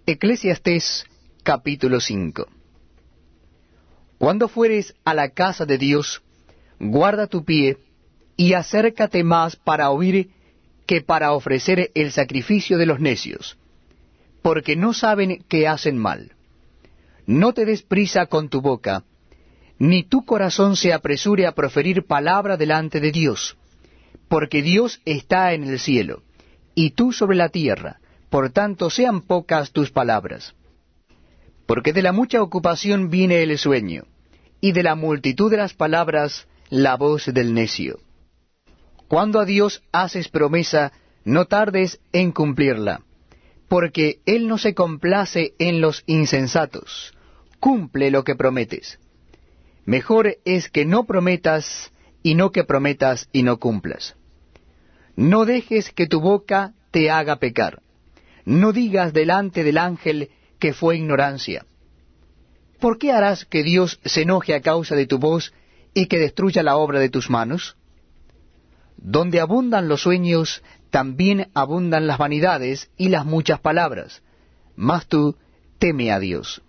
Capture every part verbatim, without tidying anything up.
Eclesiastés capítulo cinco. Cuando fueres a la casa de Dios, guarda tu pie, y acércate más para oír que para ofrecer el sacrificio de los necios, porque no saben que hacen mal. No te des prisa con tu boca, ni tu corazón se apresure a proferir palabra delante de Dios, porque Dios está en el cielo, y tú sobre la tierra, por tanto sean pocas tus palabras. Porque de la mucha ocupación viene el sueño, y de la multitud de las palabras la voz del necio. Cuando a Dios haces promesa, no tardes en cumplirla, porque Él no se complace en los insensatos. Cumple lo que prometes. Mejor es que no prometas, y no que prometas y no cumplas. No dejes que tu boca te haga pecar. No digas delante del ángel que fue ignorancia. ¿Por qué harás que Dios se enoje a causa de tu voz y que destruya la obra de tus manos? Donde abundan los sueños, también abundan las vanidades y las muchas palabras. Mas tú teme a Dios.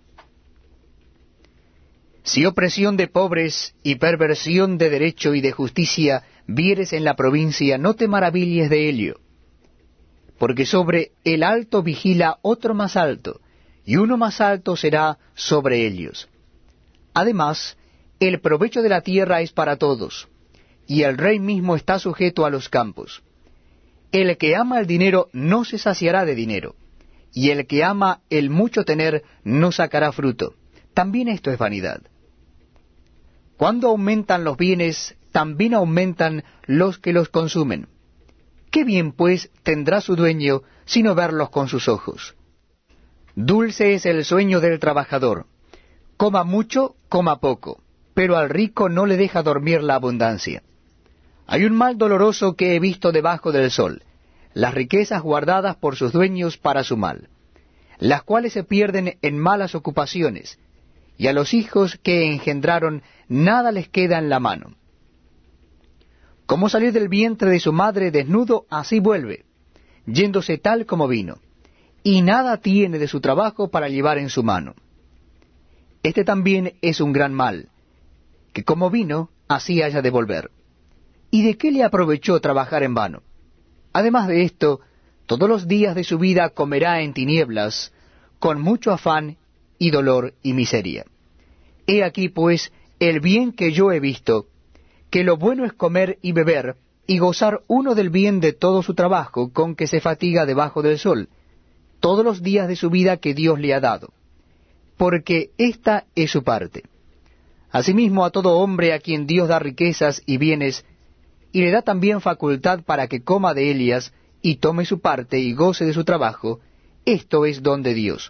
Si opresión de pobres y perversión de derecho y de justicia vieres en la provincia, no te maravilles de ello. Porque sobre el alto vigila otro más alto, y uno más alto será sobre ellos. Además, el provecho de la tierra es para todos, y el rey mismo está sujeto a los campos. El que ama el dinero no se saciará de dinero, y el que ama el mucho tener no sacará fruto. También esto es vanidad. Cuando aumentan los bienes, también aumentan los que los consumen. ¿Qué bien, pues, tendrá su dueño, sino verlos con sus ojos? Dulce es el sueño del trabajador. Coma mucho, coma poco, pero al rico no le deja dormir la abundancia. Hay un mal doloroso que he visto debajo del sol, las riquezas guardadas por sus dueños para su mal, las cuales se pierden en malas ocupaciones, y a los hijos que engendraron nada les queda en la mano. Como salir del vientre de su madre desnudo, así vuelve, yéndose tal como vino, y nada tiene de su trabajo para llevar en su mano. Este también es un gran mal, que como vino, así haya de volver. ¿Y de qué le aprovechó trabajar en vano? Además de esto, todos los días de su vida comerá en tinieblas, con mucho afán y dolor y miseria. He aquí, pues, el bien que yo he visto, que lo bueno es comer y beber, y gozar uno del bien de todo su trabajo, con que se fatiga debajo del sol, todos los días de su vida que Dios le ha dado, porque esta es su parte. Asimismo a todo hombre a quien Dios da riquezas y bienes, y le da también facultad para que coma de ellas, y tome su parte y goce de su trabajo, esto es don de Dios.